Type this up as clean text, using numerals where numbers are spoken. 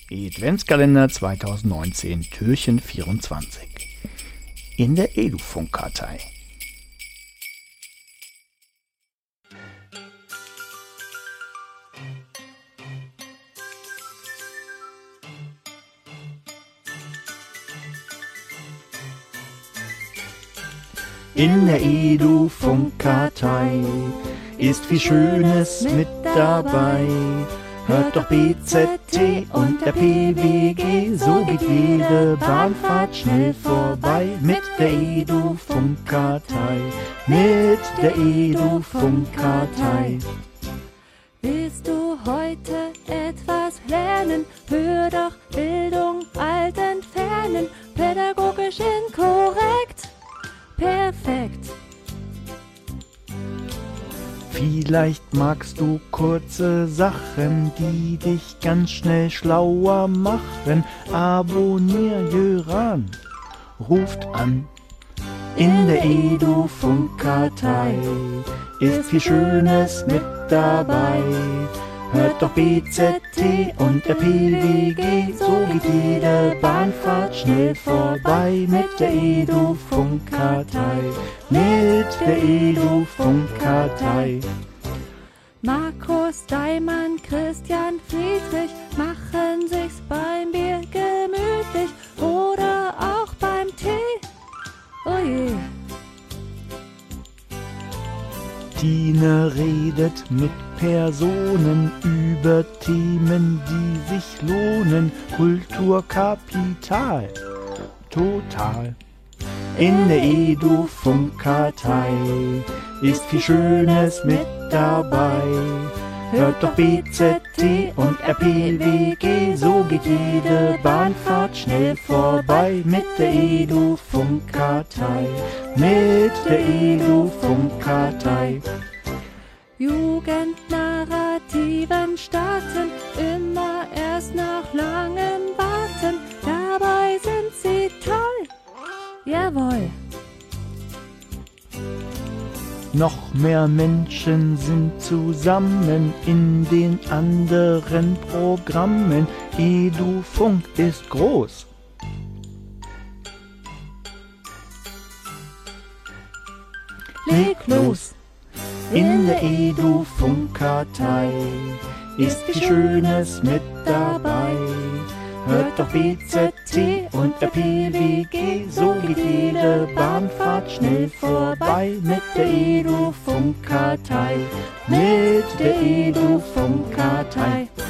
Adventskalender 2019, Türchen 24. In der Edu-Funk-Kartei. In der Edu-Funk-Kartei ist viel Schönes mit dabei. Hört doch BZT und der PWG, so geht jede Bahnfahrt schnell vorbei. Mit der Edu-Funk-Kartei, mit der Edu-Funk-Kartei. Willst du heute etwas lernen? Hör doch Bildung alt entfernen, pädagogisch inkorrekt, perfekt. Vielleicht magst du kurze Sachen, die dich ganz schnell schlauer machen. Abonnier Jöran, ruft an. In der Edu-Funk-Kartei ist viel Schönes mit dabei. Hört doch BZT und der PWG, so geht jede Bahnfahrt schnell vorbei. Mit der Edu-Funk-Kartei, mit der Edu-Funk-Kartei. Markus, Daimann, Christian, Friedrich machen sich's beim Bier gemütlich oder auch beim Tee. Oh je. Tine redet mit Personen über Themen, die sich lohnen. Kulturkapital, total. In der Edu-Funk-Kartei ist viel Schönes mit dabei. Hört doch BZT und RPWG, so geht jede Bahnfahrt schnell vorbei. Mit der Edu-Funk-Kartei, mit der Edu-Funk-Kartei. Jugendnarrativen starten immer erst nach langem Warten. Dabei sind sie toll. Jawohl. Noch mehr Menschen sind zusammen in den anderen Programmen. Edu-Funk ist groß. Leg los! In der Edu-Funk-Kartei ist viel Schönes mit dabei. Hört doch BZT und der PWG, so geht jede Bahnfahrt schnell vorbei. Mit der Edu-Funk-Kartei, mit der Edu-Funk-Kartei.